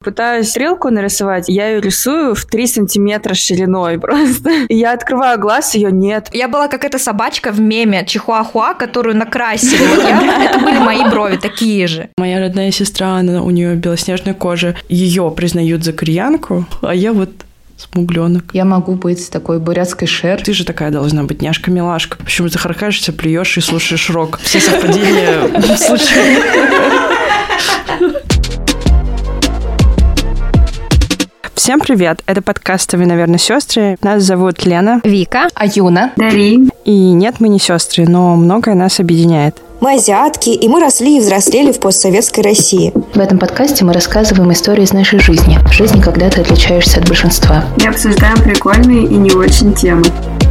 Пытаюсь стрелку нарисовать, я ее рисую в 3 сантиметра шириной просто. И я открываю глаз, ее нет. Я была как эта собачка в меме Чихуахуа, которую накрасили. Это были мои брови, такие же. Моя родная сестра, у нее белоснежная кожа. Ее признают за кореянку, а я вот смугленок. Я могу быть такой бурятской Шер. Ты же такая должна быть няшка-милашка. Почему ты харкаешься, плюешь и слушаешь рок? Все совпадения случайны. Всем привет! Это подкаст «Вы, наверное, сестры». Нас зовут Лена, Вика, Аюна, Дарин. И нет, мы не сестры, но многое нас объединяет. Мы азиатки, и мы росли и взрослели в постсоветской России. В этом подкасте мы рассказываем истории из нашей жизни. Жизни, когда ты отличаешься от большинства. И обсуждаем прикольные и не очень темы.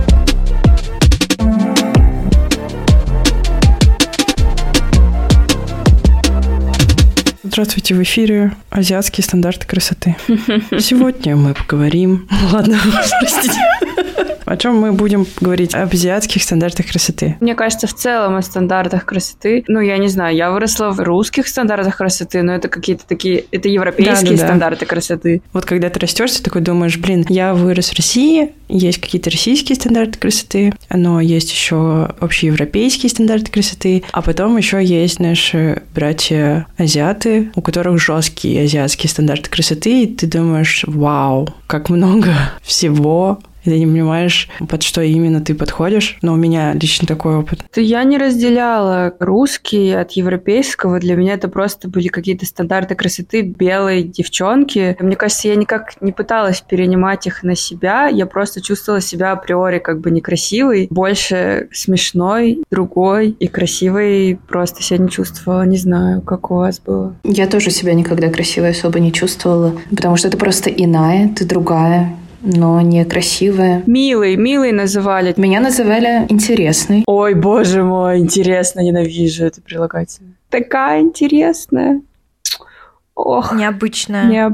Здравствуйте, в эфире «Азиатские стандарты красоты». Сегодня мы поговорим... Ладно, простите. О чем мы будем говорить? Об азиатских стандартах красоты. Мне кажется, в целом о стандартах красоты. Я не знаю, я выросла в русских стандартах красоты, но это какие-то такие... Это европейские стандарты красоты. Вот когда ты растешь, ты такой думаешь, я вырос в России, есть какие-то российские стандарты красоты, но есть еще общеевропейские стандарты красоты, а потом еще есть наши братья-азиаты, у которых жесткие азиатские стандарты красоты, и ты думаешь, вау, как много всего. И ты не понимаешь, под что именно ты подходишь. Но у меня лично такой опыт. Я не разделяла русский от европейского. Для меня это просто были какие-то стандарты красоты белой девчонки. Мне кажется, я никак не пыталась перенимать их на себя. Я просто чувствовала себя априори как бы некрасивой. Больше смешной, другой и красивой просто себя не чувствовала. Не знаю, как у вас было. Я тоже себя никогда красивой особо не чувствовала. Потому что ты просто иная, ты другая. Но некрасивая. Милой называли. Меня называли интересной. Ой, боже мой, интересно, ненавижу это прилагательное. Такая интересная. Ох, необычная.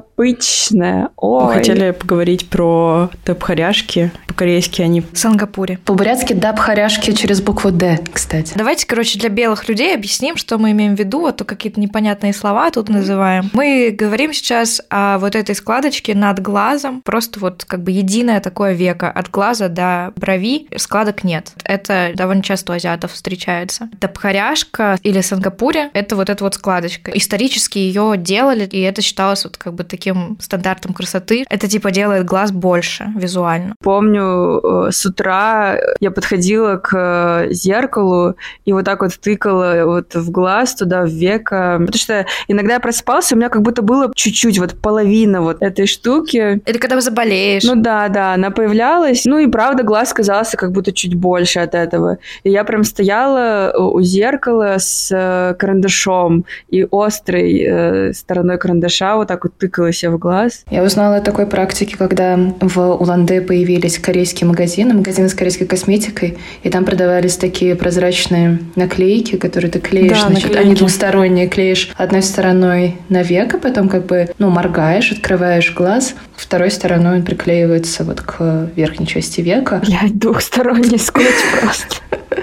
Ой. Мы хотели поговорить про дабхаряшки. По-корейски они... В Сингапуре. По-бурятски дабхаряшки через букву «Д», кстати. Давайте, для белых людей объясним, что мы имеем в виду, а то какие-то непонятные слова тут называем. Мы говорим сейчас о вот этой складочке над глазом. Просто единое такое веко. От глаза до брови складок нет. Это довольно часто у азиатов встречается. Дабхаряшка или в Сингапуре — это вот эта вот складочка. Исторически ее делали, и это считалось таким стандартом красоты. Это делает глаз больше визуально. Помню, с утра я подходила к зеркалу и вот так вот тыкала в глаз, туда, в веко. Потому что иногда я просыпалась, у меня как будто было чуть-чуть, половина этой штуки. Или когда заболеешь. Да, она появлялась. И правда, глаз казался как будто чуть больше от этого. И я прям стояла у зеркала с карандашом и острой стороной карандаша вот так вот тыкала себе в глаз. Я узнала о такой практике, когда в Улан-Удэ появились корейские магазины с корейской косметикой, и там продавались такие прозрачные наклейки, которые ты клеишь, они двусторонние, клеишь одной стороной на веко, потом моргаешь, открываешь глаз, второй стороной он приклеивается к верхней части века. Блядь, двухсторонний скотч просто.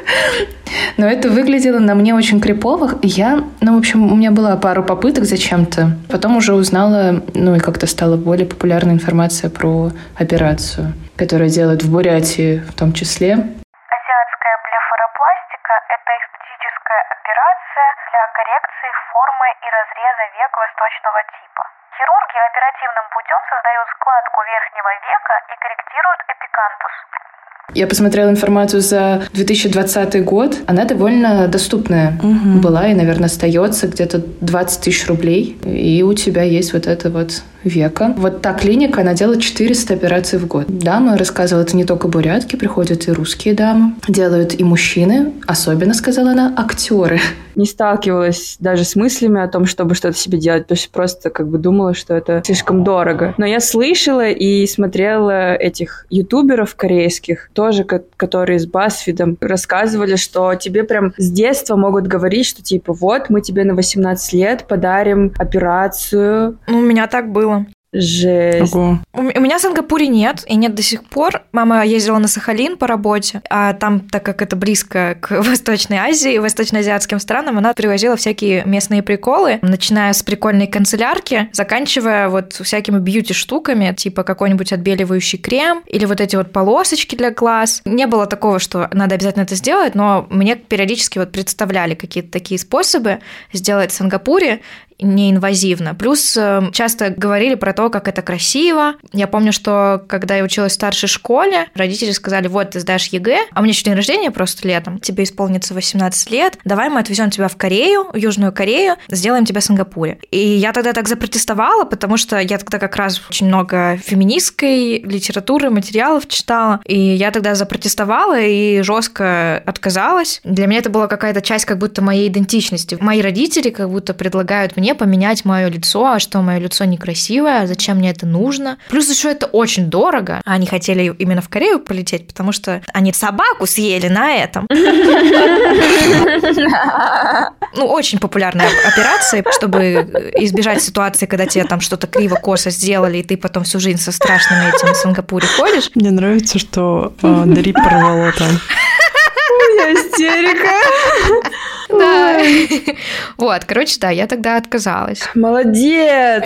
Но это выглядело на мне очень крипово. У меня была пару попыток зачем-то. Потом уже узнала, и как-то стала более популярная информация про операцию, которую делают в Бурятии в том числе. Азиатская блефаропластика – это эстетическая операция для коррекции формы и разреза век восточного типа. Хирурги оперативным путем создают складку верхнего века и корректируют эпикантус. Я посмотрела информацию за 2020 год. Она довольно доступная была и, наверное, остается где-то 20 тысяч рублей. И у тебя есть это веко. Та клиника, она делает 400 операций в год. Дамы, рассказывала, это не только бурятки, приходят и русские дамы. Делают и мужчины, особенно, сказала она, актеры. Не сталкивалась даже с мыслями о том, чтобы что-то себе делать, потому что просто думала, что это слишком дорого. Но я слышала и смотрела этих ютуберов корейских, тоже, которые с BuzzFeed рассказывали, что тебе прям с детства могут говорить, что мы тебе на 18 лет подарим операцию. У меня так было. Жесть. Ого. У меня в Сингапуре нет, и нет до сих пор. Мама ездила на Сахалин по работе, а там, так как это близко к Восточной Азии, восточноазиатским странам, она привозила всякие местные приколы, начиная с прикольной канцелярки, заканчивая вот всякими бьюти-штуками, типа какой-нибудь отбеливающий крем или вот эти вот полосочки для глаз. Не было такого, что надо обязательно это сделать, но мне периодически вот представляли какие-то такие способы сделать в Сингапуре неинвазивно. Плюс часто говорили про то, как это красиво. Я помню, что когда я училась в старшей школе, родители сказали: вот, ты сдашь ЕГЭ, а у меня еще день рождения просто летом, тебе исполнится 18 лет, давай мы отвезем тебя в Корею, в Южную Корею, сделаем тебя в Сингапуре. И я тогда так запротестовала, потому что я тогда как раз очень много феминистской литературы, материалов читала, и я тогда запротестовала и жестко отказалась. Для меня это была какая-то часть как будто моей идентичности. Мои родители как будто предлагают мне поменять мое лицо, а что мое лицо некрасивое, зачем мне это нужно. Плюс еще это очень дорого. Они хотели именно в Корею полететь, потому что они собаку съели на этом. Ну, очень популярная операция, чтобы избежать ситуации, когда тебе там что-то криво-косо сделали, и ты потом всю жизнь со страшными этим в Сингапуре ходишь. Мне нравится, что Дри порвало там. У меня истерика. Да. Вот, короче, да, я тогда отказалась. Молодец!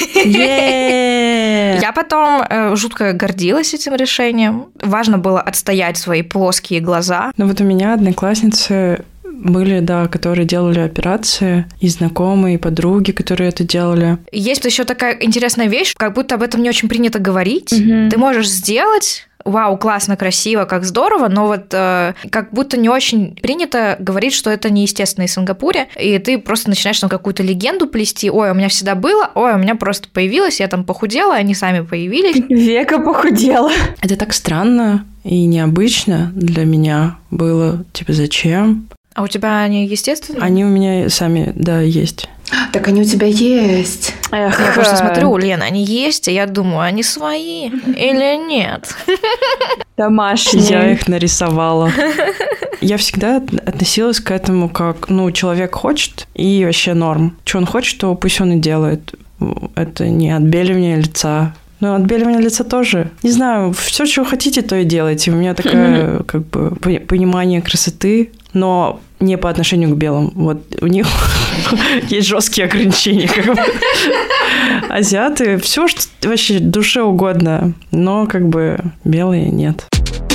Я потом жутко гордилась этим решением. Важно было отстоять свои плоские глаза. Ну вот у меня одноклассницы были, да, которые делали операции, и знакомые, и подруги, которые это делали. Есть еще такая интересная вещь, как будто об этом не очень принято говорить. Ты можешь сделать... Вау, классно, красиво, как здорово, но вот как будто не очень принято говорить, что это неестественно в Сингапуре, и ты просто начинаешь там какую-то легенду плести. Ой, у меня всегда было, ой, у меня просто появилось, я там похудела, они сами появились. Века похудела. Это так странно и необычно для меня было. Типа, зачем? А у тебя они естественные? Они у меня сами, да, есть. Так они у тебя есть. Я просто смотрю, Лена, они есть, и я думаю, они свои или нет? Домашние. Я их нарисовала. Я всегда относилась к этому как, ну, человек хочет, и вообще норм. Что он хочет, то пусть он и делает. Это не отбеливание лица. Ну, отбеливание лица тоже. Не знаю, все, что вы хотите, то и делайте. У меня такое, как бы, понимание красоты, но не по отношению к белым. Вот у них есть жесткие ограничения. Как бы. Азиаты, все, что вообще душе угодно, но как бы белые нет.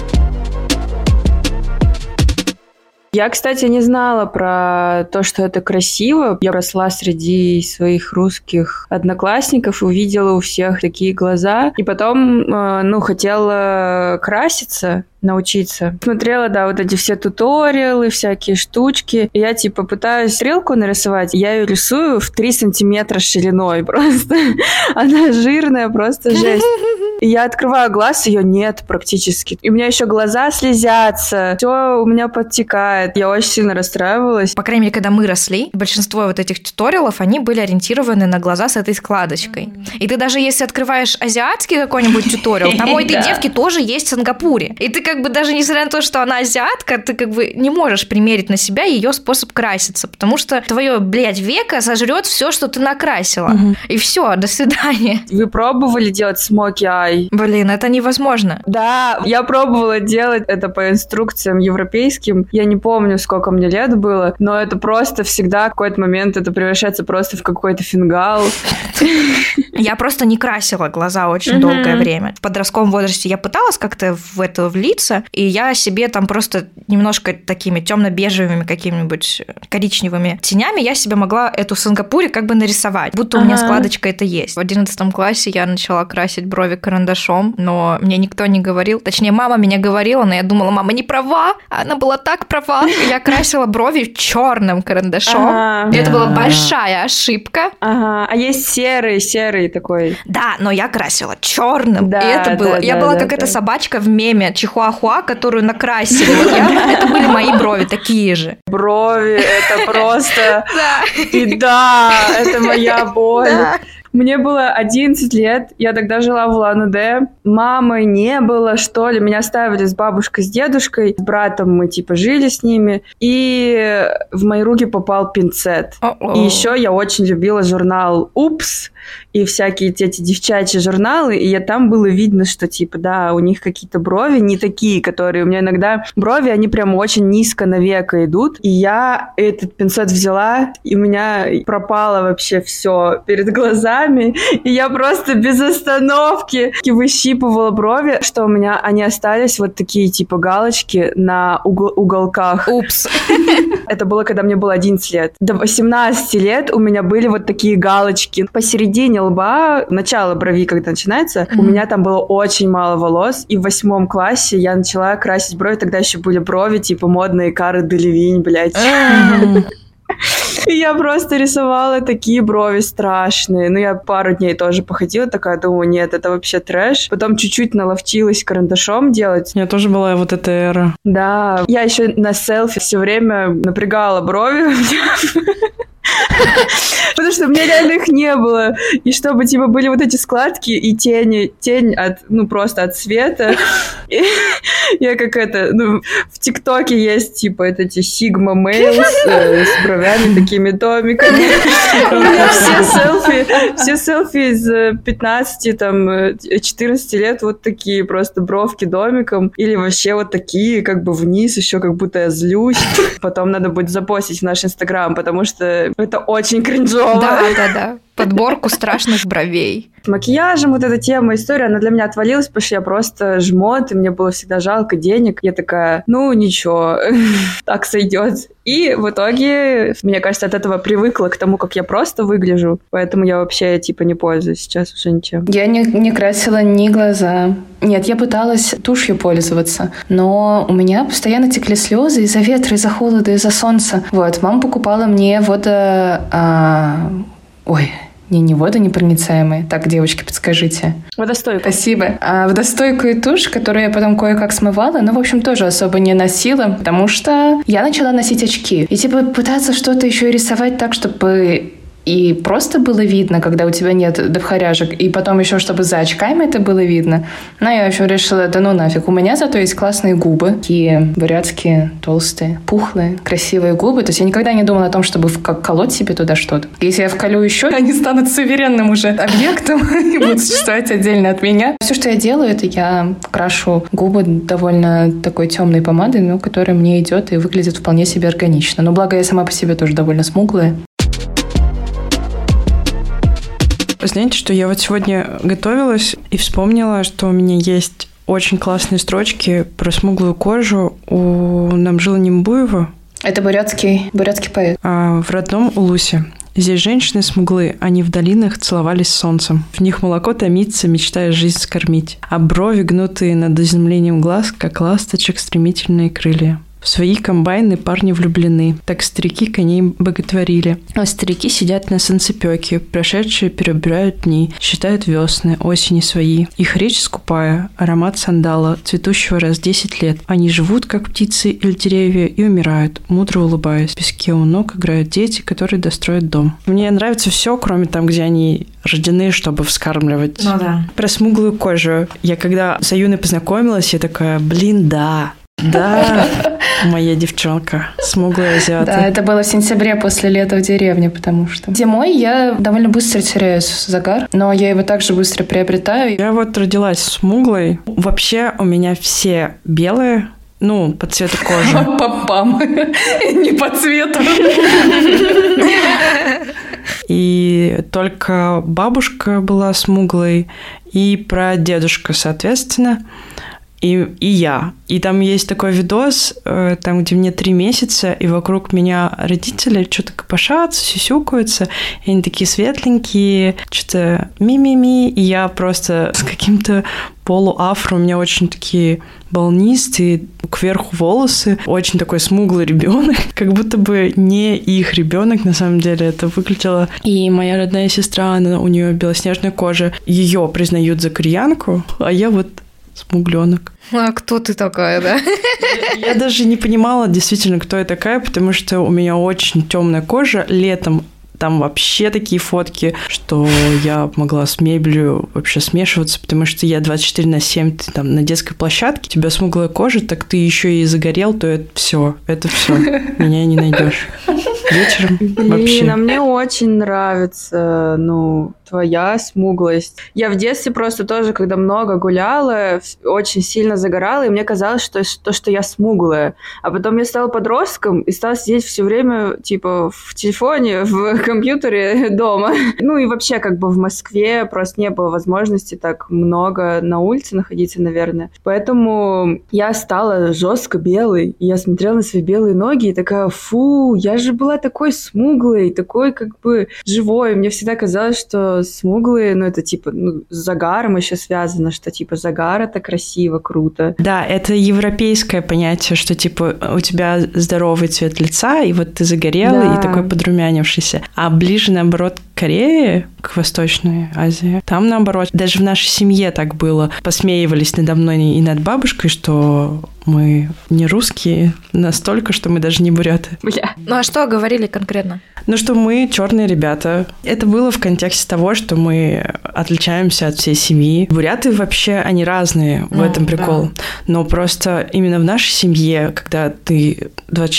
Я, кстати, не знала про то, что это красиво. Я росла среди своих русских одноклассников и увидела у всех такие глаза. И потом, хотела краситься, научиться. Смотрела, да, вот эти все туториалы, всякие штучки. И я, пытаюсь стрелку нарисовать. Я ее рисую в 3 сантиметра шириной просто. Она жирная, просто жесть. И я открываю глаз, ее нет практически. И у меня еще глаза слезятся, все у меня подтекает. Я очень сильно расстраивалась. По крайней мере, когда мы росли, большинство вот этих туториалов, они были ориентированы на глаза с этой складочкой. И ты даже если открываешь азиатский какой-нибудь туториал, там у этой девки тоже есть в Сингапуре. И ты как бы даже несмотря на то, что она азиатка, ты как бы не можешь примерить на себя ее способ краситься, потому что твое, веко сожрет все, что ты накрасила. И все, до свидания. Вы пробовали делать смоки ай? Блин, это невозможно. Да, я пробовала делать это по инструкциям европейским. Я не помню, сколько мне лет было, но это просто всегда в какой-то момент это превращается просто в какой-то фингал. Я просто не красила глаза очень долгое время. В подростковом возрасте я пыталась как-то в это влиться, и я себе там просто немножко такими темно-бежевыми какими-нибудь коричневыми тенями я себе могла эту в Сингапуре как бы нарисовать, будто у меня складочка это есть. В 11 классе я начала красить брови карандашом, но мне никто не говорил. Точнее, мама меня говорила, но я думала, мама не права. Она была так права. Я красила брови черным карандашом. И это была большая ошибка. А есть серый такой. Да, но я красила черным. Да, и это было. Я была как эта собачка в меме Чихуахуа, которую накрасили. Это были мои брови, такие же. Брови, это просто... И да, это моя боль. Мне было 11 лет, я тогда жила в Улан-Удэ. Мамы не было, что ли. Меня оставили с бабушкой, с дедушкой. С братом мы, жили с ними. И в мои руки попал пинцет. И еще я очень любила журнал «Упс». и всякие эти девчачьи журналы, и там было видно, что, типа, да, у них какие-то брови не такие, которые... У меня иногда брови, они прям очень низко на веко идут, и я этот пинцет взяла, и у меня пропало вообще все перед глазами, и я просто без остановки выщипывала брови, что у меня они остались вот такие, типа, галочки на уголках. Упс. Это было, когда мне было 11 лет. До 18 лет у меня были вот такие галочки. Посередине лба, начало брови, когда начинается, у меня там было очень мало волос, и в 8 классе я начала красить брови, тогда еще были брови, типа, модные Кары Делевинь, блядь. И я просто рисовала такие брови страшные. Ну, я пару дней тоже походила, такая, думаю, нет, это вообще трэш. Потом чуть-чуть наловчилась карандашом делать. У меня тоже была вот эта эра. Да, я еще на селфи все время напрягала брови. Потому что у меня реально их не было. И чтобы, типа, были вот эти складки и тень от, ну, просто от света. И я как это, ну, в ТикТоке есть, типа, эти Sigma Males с бровями такими домиками. У меня все селфи из 15, там, 14 лет вот такие, просто бровки домиком. Или вообще вот такие, как бы вниз, еще как будто я злюсь. Потом надо будет запостить в наш Инстаграм, потому что это очень кринжово. Да. Подборку страшных бровей. С макияжем вот эта тема, история, она для меня отвалилась, потому что я просто жмот, и мне было всегда жалко денег. Я такая, ну ничего, так сойдет. И в итоге, мне кажется, от этого привыкла к тому, как я просто выгляжу. Поэтому я вообще, типа, не пользуюсь сейчас уже ничем. Я не красила ни глаза. Нет, я пыталась тушью пользоваться, но у меня постоянно текли слезы из-за ветра, из-за холода, из-за солнца. Вот, мама покупала мне не водонепроницаемые. Так, девочки, подскажите. Водостойкую. Спасибо. Водостойкую тушь, которую я потом кое-как смывала, но, в общем, тоже особо не носила, потому что я начала носить очки. И, типа, пытаться что-то еще и рисовать так, чтобы и просто было видно, когда у тебя нет довхоряжек, и потом еще, чтобы за очками это было видно. Но я еще решила, да ну нафиг. У меня зато есть классные губы. Такие бурятские, толстые, пухлые, красивые губы. То есть я никогда не думала о том, чтобы колоть себе туда что-то. Если я вколю еще, они станут суверенным уже объектом и будут существовать отдельно от меня. Все, что я делаю, это я крашу губы довольно такой темной помадой, но которая мне идет и выглядит вполне себе органично. Но благо я сама по себе тоже довольно смуглая. Знаете, что я вот сегодня готовилась и вспомнила, что у меня есть очень классные строчки про смуглую кожу у Намжилы Нимбуева. Это бурятский поэт. В родном Улусе. Здесь женщины смуглы, они в долинах целовались с солнцем. В них молоко томится, мечтая жизнь скормить. А брови, гнутые над изумлением глаз, как ласточек стремительные крылья. В свои комбайны парни влюблены, так старики коней боготворили. А старики сидят на солнцепёке, прошедшие перебирают дни, считают весны, осени свои. Их речь скупая, аромат сандала, цветущего раз 10 лет. Они живут, как птицы или деревья, и умирают, мудро улыбаясь. В песке у ног играют дети, которые достроят дом. Мне нравится все, кроме там, где они рождены, чтобы вскармливать. Ну да. Про смуглую кожу. Я когда с Аюной познакомилась, я такая, блин, да, моя девчонка, смуглая азиатка. Да, это было в сентябре после лета в деревне, потому что зимой я довольно быстро теряю загар, но я его также быстро приобретаю. Я вот родилась смуглой. Вообще у меня все белые, ну, по цвету кожи. Пам-пам. Не по цвету. И только бабушка была смуглой, и прадедушка, соответственно. И я. И там есть такой видос, там, где мне 3 месяца, и вокруг меня родители что-то копошатся, сюсюкаются, и они такие светленькие, что-то ми-ми-ми, и я просто с каким-то полуафро, у меня очень такие волнистые, кверху волосы, очень такой смуглый ребенок, как будто бы не их ребенок, на самом деле это выглядело. И моя родная сестра, у нее белоснежная кожа, ее признают за кореянку, а я вот смугленок. А кто ты такая, да? Я даже не понимала действительно, кто я такая, потому что у меня очень темная кожа. Летом там вообще такие фотки, что я могла с мебелью вообще смешиваться, потому что я 24/7, ты там на детской площадке, у тебя смуглая кожа, так ты еще и загорел, то это все, меня не найдешь. вечером. Блин, Вообще. а мне очень нравится, твоя смуглость. Я в детстве просто тоже, когда много гуляла, очень сильно загорала, и мне казалось, что я смуглая. А потом я стала подростком и стала сидеть все время, типа, в телефоне, в компьютере дома. И вообще, как бы в Москве просто не было возможности так много на улице находиться, наверное. Поэтому я стала жестко белой, и я смотрела на свои белые ноги и такая, фу, я же была такой смуглой, такой как бы живой. Мне всегда казалось, что смуглые, это типа с загаром еще связано, что типа загар — это красиво, круто. Да, это европейское понятие, что типа у тебя здоровый цвет лица, и вот ты загорелый, да. И такой подрумянившийся. А ближе, наоборот, к Корее, к Восточной Азии, там, наоборот, даже в нашей семье так было. Посмеивались надо мной и над бабушкой, что мы не русские настолько, что мы даже не буряты. Бля. А что говорили конкретно? Что мы черные ребята. Это было в контексте того, что мы отличаемся от всей семьи. Буряты вообще, они разные, в этом прикол. Да. Но просто именно в нашей семье, когда ты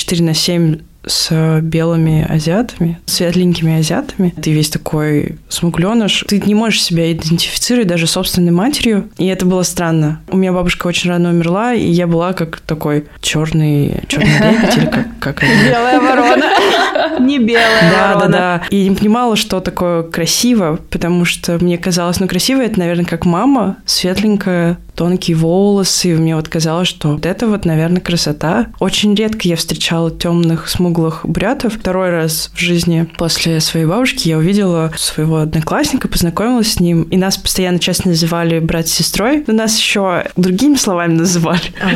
24/7 с белыми азиатами, светленькими азиатами. Ты весь такой смугленыш. Ты не можешь себя идентифицировать даже собственной матерью. И это было странно. У меня бабушка очень рано умерла, и я была как такой черный лебедь, или как это? Белая ворона. Не белая ворона. Да. И не понимала, что такое красиво, потому что мне казалось, красиво это, наверное, как мама, светленькая, тонкие волосы. И мне казалось, что вот это наверное, красота. Очень редко я встречала темных, смуглых бурятов. Второй раз в жизни после своей бабушки я увидела своего одноклассника, познакомилась с ним, и нас постоянно часто называли брат с сестрой, но нас еще другими словами называли.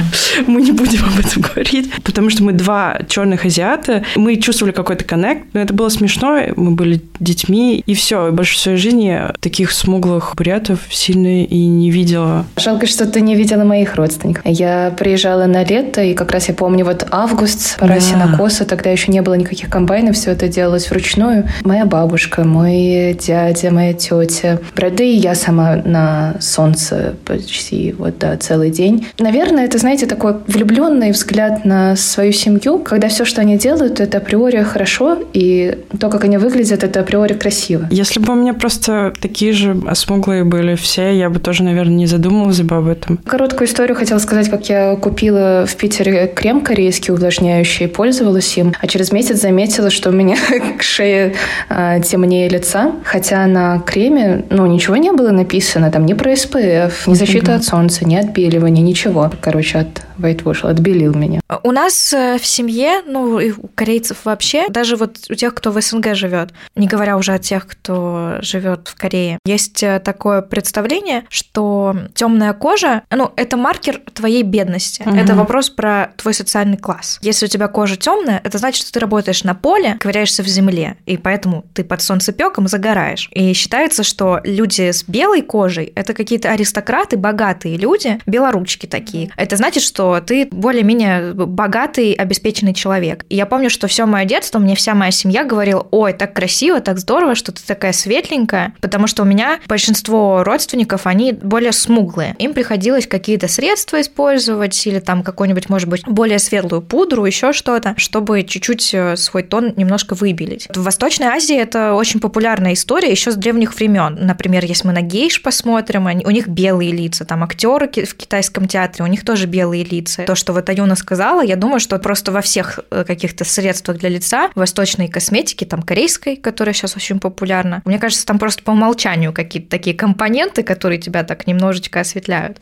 Мы не будем об этом говорить, потому что мы два черных азиата, мы чувствовали какой-то коннект, но это было смешно, мы были детьми, и все. Больше в своей жизни таких смуглых бурятов сильно и не видела. Жалко, что ты не видела моих родственников. Я приезжала на лето, и как раз я помню август, пора сенокоса, тогда еще не было никаких комбайнов, все это делалось вручную. Моя бабушка, мой дядя, моя тетя, да и я сама на солнце почти целый день. Наверное, это, знаете, такой влюбленный взгляд на свою семью, когда все, что они делают, это априори хорошо, и то, как они выглядят, это априори красиво. Если бы у меня просто такие же смуглые были все, я бы тоже, наверное, не задумывалась бы об этом. Короткую историю хотела сказать, как я купила в Питере крем корейский увлажняющий, пользовалась им, а через месяц заметила, что у меня шея темнее лица, хотя на креме, ничего не было написано, там ни про SPF, ни защита от солнца, ни отбеливания, ничего. Короче, от White Wash отбелил меня. У нас в семье, и у корейцев вообще, даже у тех, кто в СНГ живет, не говоря уже о тех, кто живет в Корее, есть такое представление, что темная кожа, это маркер твоей бедности. Это вопрос про твой социальный класс. Если у тебя кожа темная, это значит, что ты работаешь на поле, ковыряешься в земле, и поэтому ты под солнцепёком загораешь. И считается, что люди с белой кожей – это какие-то аристократы, богатые люди, белоручки такие. Это значит, что ты более-менее богатый, обеспеченный человек. И я помню, что все мое детство мне вся моя семья говорила: ой, так красиво, так здорово, что ты такая светленькая, потому что у меня большинство родственников, они более смуглые. Им приходилось какие-то средства использовать или там какую-нибудь, может быть, более светлую пудру, еще что-то, чтобы чуть-чуть свой тон немножко выбелить. В Восточной Азии это очень популярная история еще с древних времен. Например, если мы на гейш посмотрим, у них белые лица, там актеры в китайском театре, у них тоже белые лица. То, что Аюна сказала, я думаю, что просто во всех каких-то средствах для лица, восточной косметики, там корейской, которая сейчас очень популярна, мне кажется, там просто по умолчанию какие-то такие компоненты, которые тебя так немножечко осветляют.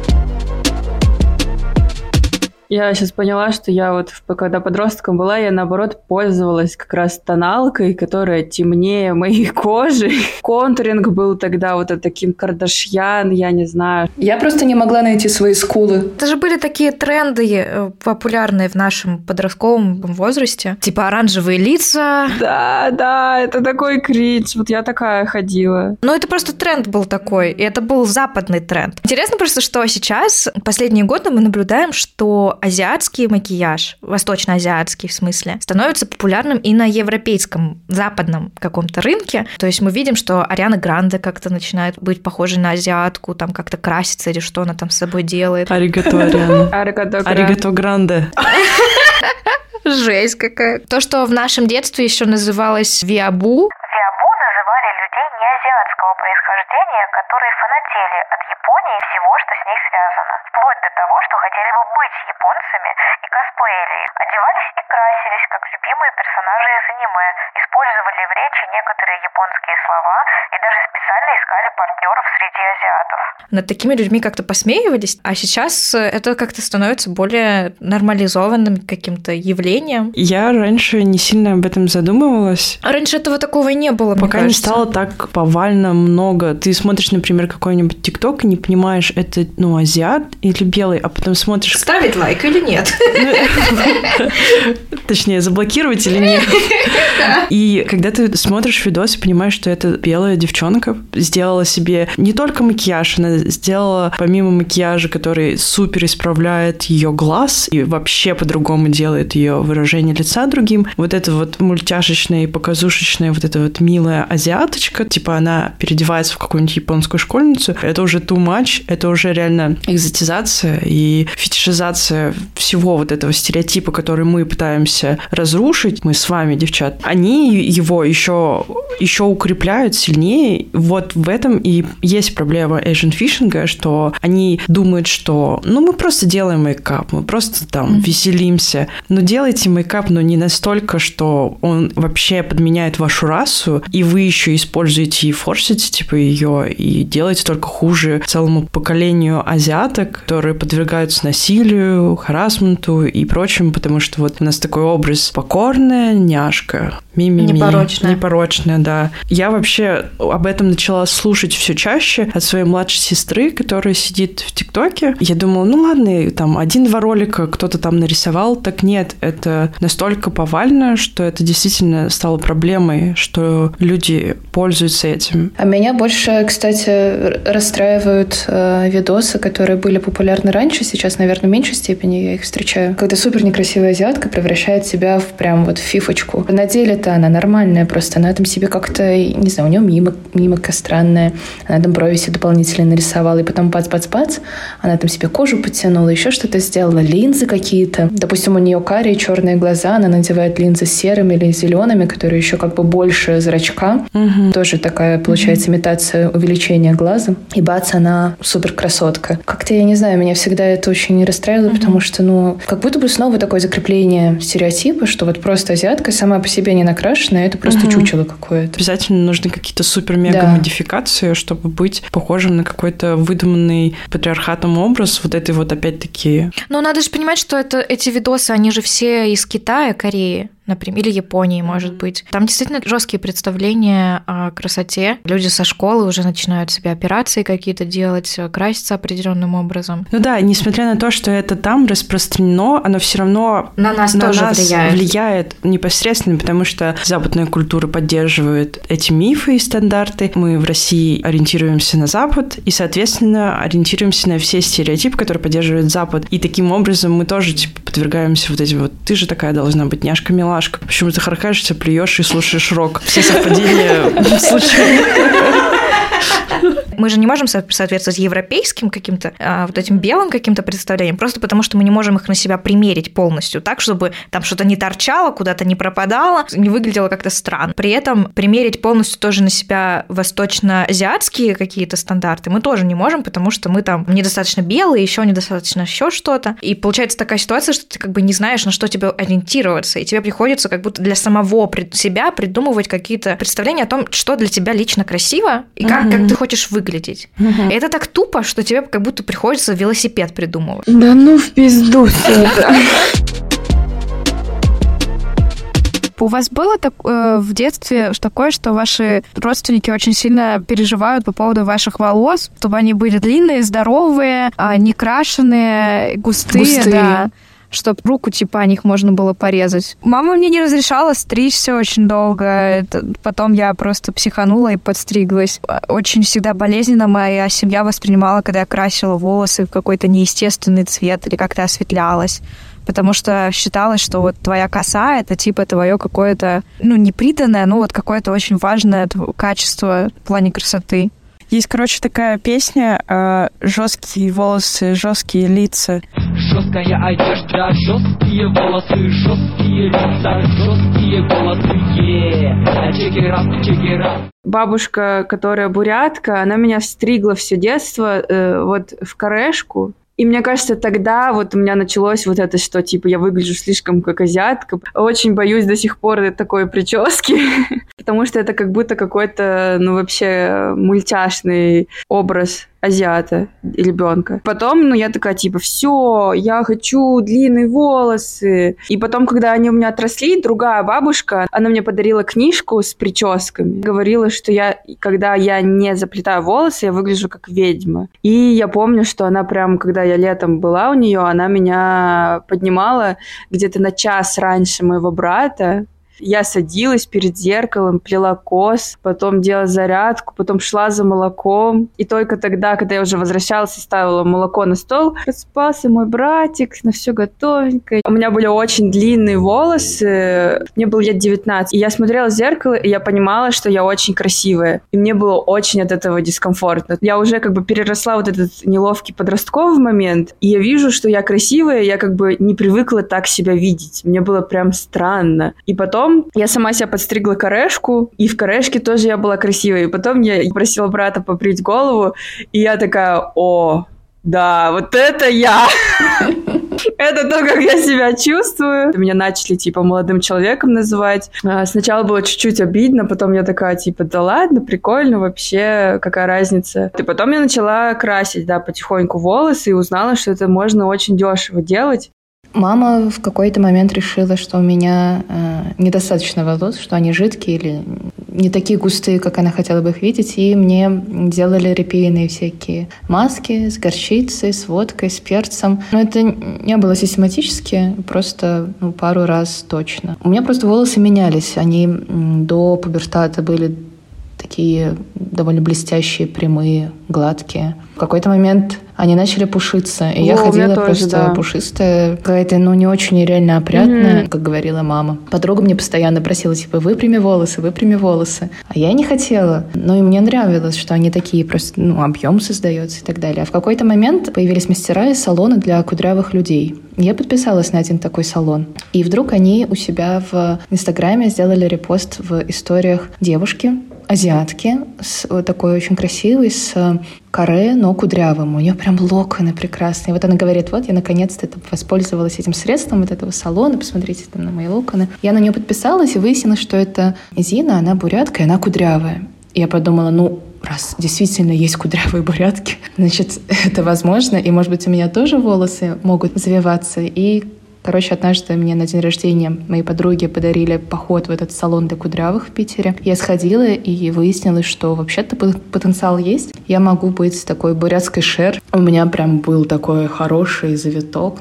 Я сейчас поняла, что я когда подростком была, я, наоборот, пользовалась как раз тоналкой, которая темнее моей кожи. Контуринг был тогда таким Кардашьян, я не знаю. Я просто не могла найти свои скулы. Это же были такие тренды популярные в нашем подростковом возрасте. Типа оранжевые лица. Да, это такой кринж. Я такая ходила. Это просто тренд был такой, и это был западный тренд. Интересно просто, что сейчас, последние годы мы наблюдаем, что азиатский макияж, восточно-азиатский в смысле, становится популярным и на европейском, западном каком-то рынке. То есть мы видим, что Ариана Гранде как-то начинает быть похожей на азиатку, там как-то красится или что она там с собой делает. Аригато, Ариана. Аригато Гранде. Жесть какая. То, что в нашем детстве еще называлось виабу. Виабу называли людей неазиатского происхождения, которые фанатели от Японии и всего, что с ней связано. Вплоть до того, что хотели бы быть японцами и косплеили их. Одевались и красились, как любимые персонажи из аниме, использовали в речи некоторые японские слова и даже специально искали партнеров среди азиатов. Над такими людьми как-то посмеивались, а сейчас это как-то становится более нормализованным каким-то явлением. Я раньше не сильно об этом задумывалась. Раньше этого такого и не было, пока не стало так повально много. Ты смотришь, например, какой-нибудь ТикТок и не понимаешь, это, азиат или белый, а потом смотришь... Ставить лайк или нет? Точнее, заблокировать или нет. И когда ты смотришь видос и понимаешь, что это белая девчонка, сделала себе не только макияж, она сделала помимо макияжа, который супер исправляет ее глаз и вообще по-другому делает ее выражение лица другим. Вот это вот мультяшечная и показушечная вот эта вот милая азиаточка, типа она переодевается в какую-нибудь японскую школьницу, это уже too much, это уже реально экзотизация и фетишизация всего вот этого стереотипа, который мы пытаемся разрушить, мы с вами, девчат. Они его еще укрепляют сильнее. Вот в этом и есть проблема Asian фишинга, что они думают, что мы просто делаем мейкап, мы просто там веселимся. Но делайте мейкап, но не настолько, что он вообще подменяет вашу расу, и вы еще используете и форсите типа ее, и делаете только хуже целому поколению азиаток, которые подвергаются насилию, харассменту и прочему, потому что вот у нас такой образ покорная няшка, мимими. Непорочная, да. Я вообще об этом начала слушать все чаще от своей младшей сестры, которая сидит в ТикТоке. Я думала, ладно, там 1-2 ролика кто-то там нарисовал. Так нет, это настолько повально, что это действительно стало проблемой, что люди пользуются этим. А меня больше, кстати, расстраивают видосы, которые были популярны раньше, сейчас, наверное, в меньшей степени я их встречаю. Когда супер некрасивая азиатка превращает себя в прям вот фифочку. На деле-то она нормальная, просто она там себе как-то, не знаю, у нее мимика странная, она там брови себе дополнительно нарисовала, и потом бац-бац-бац, она там себе кожу подтянула, еще что-то сделала, линзы какие-то. Допустим, у нее карие черные глаза, она надевает линзы с серыми или зелеными, которые еще как бы больше зрачка. Тоже такая, получается, имитация увеличения глаза. И бац, она супер красотка. Как-то, я не знаю, меня всегда это очень расстраивало, потому что, как будто бы снова такое закрепление стереотипа, что вот просто азиатка сама по себе не накрашенная, это просто чучело какое-то. Обязательно нужны какие-то супер-мега-модификации, чтобы быть похожим на какой-то выдуманный патриархатом образ, вот этой вот опять-таки... Надо же понимать, что эти видосы, они же все из Китая, Кореи, например, или Японии, может быть. Там действительно жесткие представления о красоте. Люди со школы уже начинают себе операции какие-то делать, краситься определенным образом. Да, несмотря на то, что это там распространено, оно все равно на нас тоже влияет непосредственно, потому что западная культура поддерживает эти мифы и стандарты. Мы в России ориентируемся на Запад и, соответственно, ориентируемся на все стереотипы, которые поддерживает Запад. И таким образом мы тоже подвергаемся вот этим вот «ты же такая должна быть, няшка-милашка». Почему ты харкаешься, плюешь и слушаешь рок? Все совпадения случайно. Мы же не можем соответствовать европейским каким-то, вот этим белым каким-то представлениям, просто потому что мы не можем их на себя примерить полностью так, чтобы там что-то не торчало, куда-то не пропадало, не выглядело как-то странно. При этом примерить полностью тоже на себя восточно-азиатские какие-то стандарты мы тоже не можем, потому что мы там недостаточно белые, еще недостаточно еще что-то. И получается такая ситуация, что ты как бы не знаешь, на что тебе ориентироваться, и тебе приходится как будто для самого себя придумывать какие-то представления о том, что для тебя лично красиво, и как ты хочешь выглядеть. И это так тупо, что тебе как будто приходится велосипед придумывать. Да в пизду всё это. У вас было в детстве такое, что ваши родственники очень сильно переживают по поводу ваших волос, чтобы они были длинные, здоровые, не крашеные, густые. Да, чтобы руку о них можно было порезать. Мама мне не разрешала стричься очень долго. Потом я просто психанула и подстриглась. Очень всегда болезненно моя семья воспринимала, когда я красила волосы в какой-то неестественный цвет или как-то осветлялась. Потому что считалось, что вот твоя коса — это твое какое-то, не приданное, но вот какое-то очень важное качество в плане красоты. Есть, такая песня «Жесткие волосы, жесткие лица». жесткая одежда, жесткие волосы, жесткие лица, жесткие голосы. Check it out, check it out. Бабушка, которая бурятка, она меня стригла все детство вот в корешку. И мне кажется, тогда вот у меня началось вот это, что типа я выгляжу слишком как азиатка. Очень боюсь до сих пор такой прически, потому что это как будто какой-то, ну, вообще мультяшный образ азиата и ребенка. Потом, я такая, типа, все, я хочу длинные волосы. И потом, когда они у меня отросли, другая бабушка, она мне подарила книжку с прическами. Говорила, что когда я не заплетаю волосы, я выгляжу как ведьма. И я помню, что она прям, когда я летом была у нее, она меня поднимала где-то на час раньше моего брата. Я садилась перед зеркалом, плела кос, потом делала зарядку, потом шла за молоком. И только тогда, когда я уже возвращалась и ставила молоко на стол, просыпался мой братик, на все готовенько. У меня были очень длинные волосы, мне было лет 19. И я смотрела в зеркало, и я понимала, что я очень красивая. И мне было очень от этого дискомфортно. Я уже как бы переросла вот этот неловкий подростковый момент, и я вижу, что я красивая, я как бы не привыкла так себя видеть. Мне было прям странно. И потом я сама себя подстригла корешку, и в корешке тоже я была красивой. И потом я просила брата побрить голову, и я такая, о, да, вот это я! Это то, как я себя чувствую. Меня начали, типа, молодым человеком называть. Сначала было чуть-чуть обидно, потом я такая, типа, да ладно, прикольно вообще, какая разница. И потом я начала красить, да, потихоньку волосы и узнала, что это можно очень дешево делать. Мама в какой-то момент решила, что у меня недостаточно волос, что они жидкие или не такие густые, как она хотела бы их видеть, и мне делали репейные всякие маски с горчицей, с водкой, с перцем. Но это не было систематически, просто пару раз точно. У меня просто волосы менялись. Они до пубертата были такие довольно блестящие, прямые, гладкие. В какой-то момент они начали пушиться, и я ходила просто пушистая, какая-то, не очень реально опрятная, как говорила мама. Подруга мне постоянно просила, типа, выпрями волосы. А я не хотела. И мне нравилось, что они такие, просто, объем создается и так далее. А в какой-то момент появились мастера и салоны для кудрявых людей. Я подписалась на один такой салон. И вдруг они у себя в Инстаграме сделали репост в историях девушки, азиатки, такой очень красивой, с каре, но кудрявым. У нее прям локоны прекрасные. Вот она говорит, вот я наконец-то воспользовалась этим средством вот этого салона, посмотрите там на мои локоны. Я на нее подписалась и выяснилось, что это Зина, она бурятка, и она кудрявая. И я подумала, раз действительно есть кудрявые бурятки, значит, это возможно, и, может быть, у меня тоже волосы могут завиваться. И однажды мне на день рождения моей подруги подарили поход в этот салон для кудрявых в Питере. Я сходила, и выяснилось, что вообще-то потенциал есть. Я могу быть такой бурятской Шер. У меня прям был такой хороший завиток.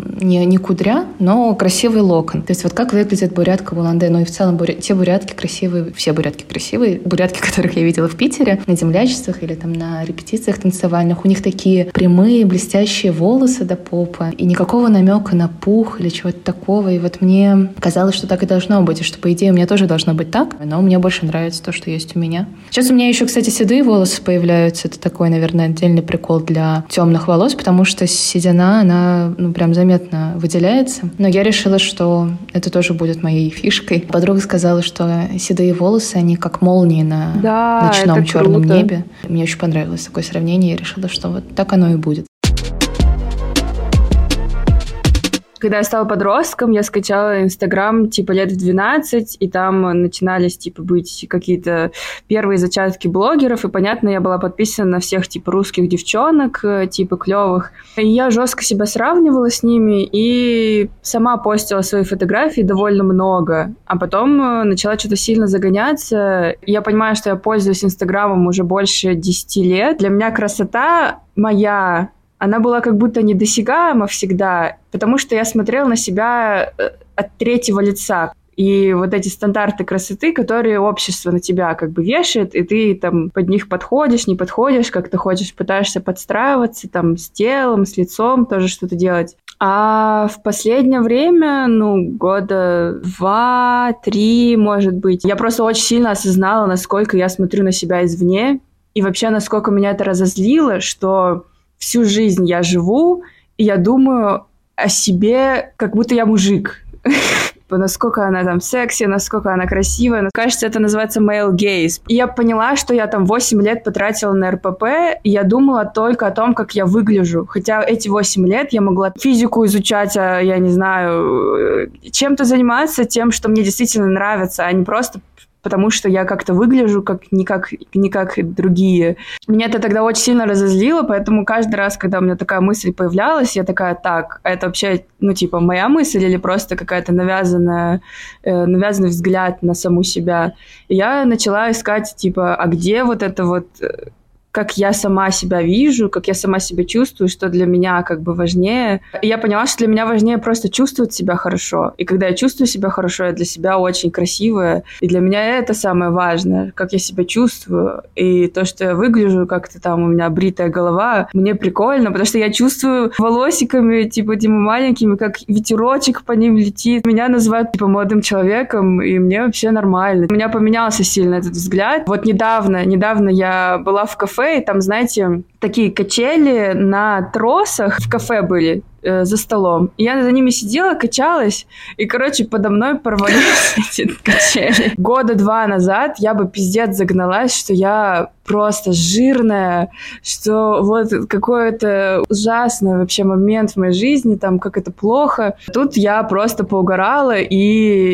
Не кудря, но красивый локон. То есть вот как выглядит бурятка в Улан-Удэ. И в целом те бурятки красивые, все бурятки красивые. Бурятки, которых я видела в Питере, на землячествах или там на репетициях танцевальных, у них такие прямые, блестящие волосы до попы. И никакого намека на пух или чего-то такого. И вот мне казалось, что так и должно быть, и что, по идее, у меня тоже должно быть так, но мне больше нравится то, что есть у меня. Сейчас у меня еще, кстати, седые волосы появляются. Это такой, наверное, отдельный прикол для темных волос, потому что седина, она, прям заметно выделяется. Но я решила, что это тоже будет моей фишкой. Подруга сказала, что седые волосы, они как молнии на ночном черном небе. Мне очень понравилось такое сравнение. Я решила, что вот так оно и будет. Когда я стала подростком, я скачала Инстаграм, лет в 12, и там начинались, быть какие-то первые зачатки блогеров, и, понятно, я была подписана на всех, русских девчонок, клевых. И я жестко себя сравнивала с ними, и сама постила свои фотографии довольно много. А потом начала что-то сильно загоняться. Я понимаю, что я пользуюсь Инстаграмом уже больше 10 лет. Для меня красота моя... Она была как будто недосягаема всегда, потому что я смотрела на себя от третьего лица. И вот эти стандарты красоты, которые общество на тебя вешает, и ты там под них подходишь, не подходишь, как ты хочешь, пытаешься подстраиваться там с телом, с лицом, тоже что-то делать. А в последнее время, года 2-3, может быть, я просто очень сильно осознала, насколько я смотрю на себя извне, и вообще, насколько меня это разозлило, что... Всю жизнь я живу, и я думаю о себе, как будто я мужик. Насколько она там секси, насколько она красивая. Кажется, это называется male gaze. И я поняла, что я там 8 лет потратила на РПП, и я думала только о том, как я выгляжу. Хотя эти 8 лет я могла физику изучать, я не знаю, чем-то заниматься тем, что мне действительно нравится, а не просто потому что я как-то выгляжу не как другие. Меня это тогда очень сильно разозлило, поэтому каждый раз, когда у меня такая мысль появлялась, я такая, так, это вообще, моя мысль или просто какая-то навязанный взгляд на саму себя. И я начала искать, а где вот это вот... как я сама себя вижу, как я сама себя чувствую, что для меня как бы важнее. И я поняла, что для меня важнее просто чувствовать себя хорошо. И когда я чувствую себя хорошо, я для себя очень красивая. И для меня это самое важное, как я себя чувствую. И то, что я выгляжу, как-то там у меня бритая голова, мне прикольно, потому что я чувствую волосиками, этими маленькими, как ветерочек по ним летит. Меня называют, молодым человеком, и мне вообще нормально. У меня поменялся сильно этот взгляд. Вот недавно я была в кафе, и там, знаете, такие качели на тросах в кафе были за столом. И я за ними сидела, качалась, и, подо мной порвались эти качели. 2 года назад я бы пиздец загналась, что я просто жирная, что вот какой-то ужасный вообще момент в моей жизни, там, как это плохо. Тут я просто поугорала, и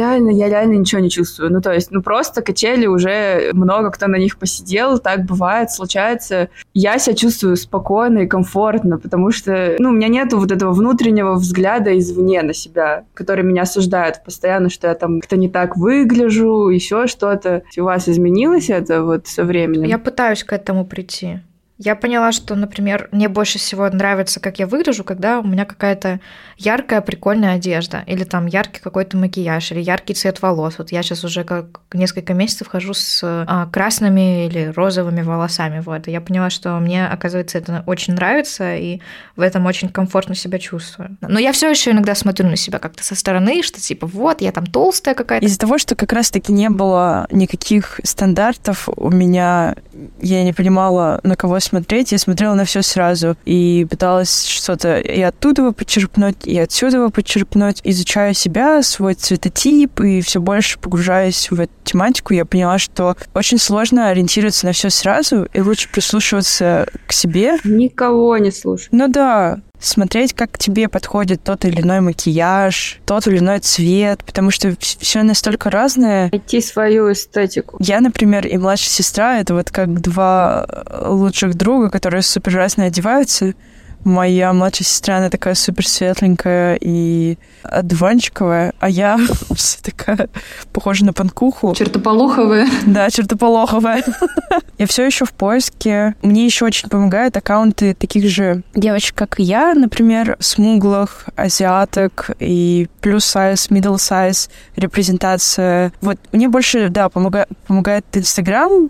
я реально ничего не чувствую. Просто качели уже много кто на них посидел, так бывает, случается. Я себя чувствую спокойно и комфортно, потому что, у меня нету вот этого внутреннего взгляда извне на себя, который меня осуждает постоянно, что я там как-то не так выгляжу, еще что-то. У вас изменилось это вот со временем? Я пытаюсь к этому прийти. Я поняла, что, например, мне больше всего нравится, как я выгляжу, когда у меня какая-то яркая, прикольная одежда, или там яркий какой-то макияж, или яркий цвет волос. Вот я сейчас уже как несколько месяцев хожу с красными или розовыми волосами. Вот. И я поняла, что мне, оказывается, это очень нравится, и в этом очень комфортно себя чувствую. Но я все еще иногда смотрю на себя как-то со стороны, что вот, я там толстая какая-то. Из-за того, что как раз-таки не было никаких стандартов, у меня я не понимала, на кого смотреть, я смотрела на все сразу и пыталась что-то и оттуда почерпнуть, и отсюда почерпнуть. Изучая себя, свой цветотип, и все больше погружаясь в эту тематику, я поняла, что очень сложно ориентироваться на все сразу, и лучше прислушиваться к себе. Никого не слушать. Да. Смотреть, как к тебе подходит тот или иной макияж, тот или иной цвет, потому что все настолько разное. Найти свою эстетику. Я, например, и младшая сестра — это вот как 2 лучших друга, которые супер разно одеваются. Моя младшая сестра, она такая супер светленькая и одуванчиковая, а я вся такая похожа на панкуху. Чертополоховая. Да, чертополоховая. Я все еще в поиске. Мне еще очень помогают аккаунты таких же девочек, как и я, например, смуглых, азиаток и плюс-сайз, middle-сайз, репрезентация. Вот мне больше, помогает Инстаграм,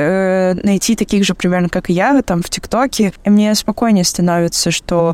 найти таких же примерно, как и я, там, в ТикТоке, и мне спокойнее становится, что,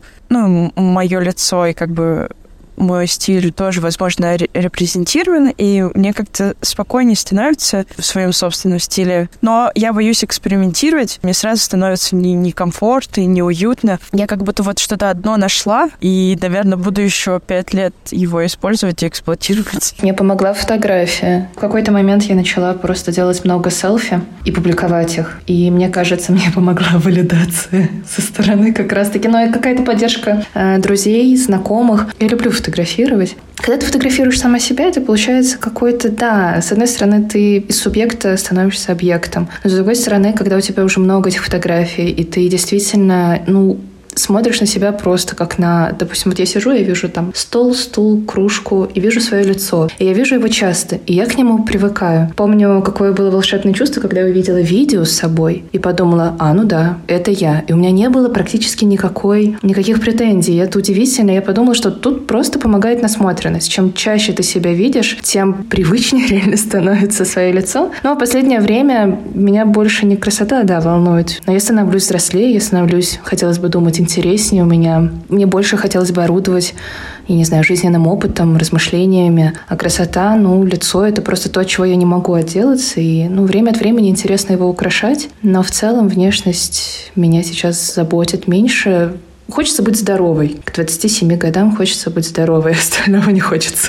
мое лицо и как бы мой стиль тоже, возможно, репрезентирован, и мне как-то спокойнее становится в своем собственном стиле. Но я боюсь экспериментировать, мне сразу становится некомфортно и неуютно. Я как будто вот что-то одно нашла, и, наверное, буду еще 5 лет его использовать и эксплуатировать. Мне помогла фотография. В какой-то момент я начала просто делать много селфи и публиковать их. И мне кажется, мне помогла валидация со стороны как раз-таки. И какая-то поддержка друзей, знакомых. Я люблю фотографировать. Когда ты фотографируешь сама себя, это получается какой-то, с одной стороны, ты из субъекта становишься объектом. Но с другой стороны, когда у тебя уже много этих фотографий, и ты действительно, смотришь на себя просто как на... Допустим, вот я сижу, я вижу там стол, стул, кружку, и вижу свое лицо. И я вижу его часто, и я к нему привыкаю. Помню, какое было волшебное чувство, когда я увидела видео с собой и подумала, это я. И у меня не было практически никаких претензий. И это удивительно. Я подумала, что тут просто помогает насмотренность. Чем чаще ты себя видишь, тем привычнее реально становится свое лицо. Но в последнее время меня больше не красота, волнует. Но я становлюсь взрослее, хотелось бы думать, интереснее у меня. Мне больше хотелось бы орудовать, жизненным опытом, размышлениями. А красота, лицо — это просто то, от чего я не могу отделаться. И, время от времени интересно его украшать. Но в целом внешность меня сейчас заботит меньше. Хочется быть здоровой. К 27 годам хочется быть здоровой, остального не хочется.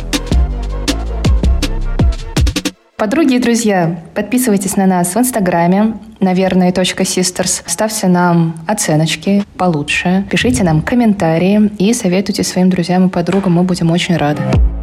Подруги и друзья, подписывайтесь на нас в Инстаграме, наверное.sisters. Ставьте нам оценочки получше, пишите нам комментарии и советуйте своим друзьям и подругам, мы будем очень рады.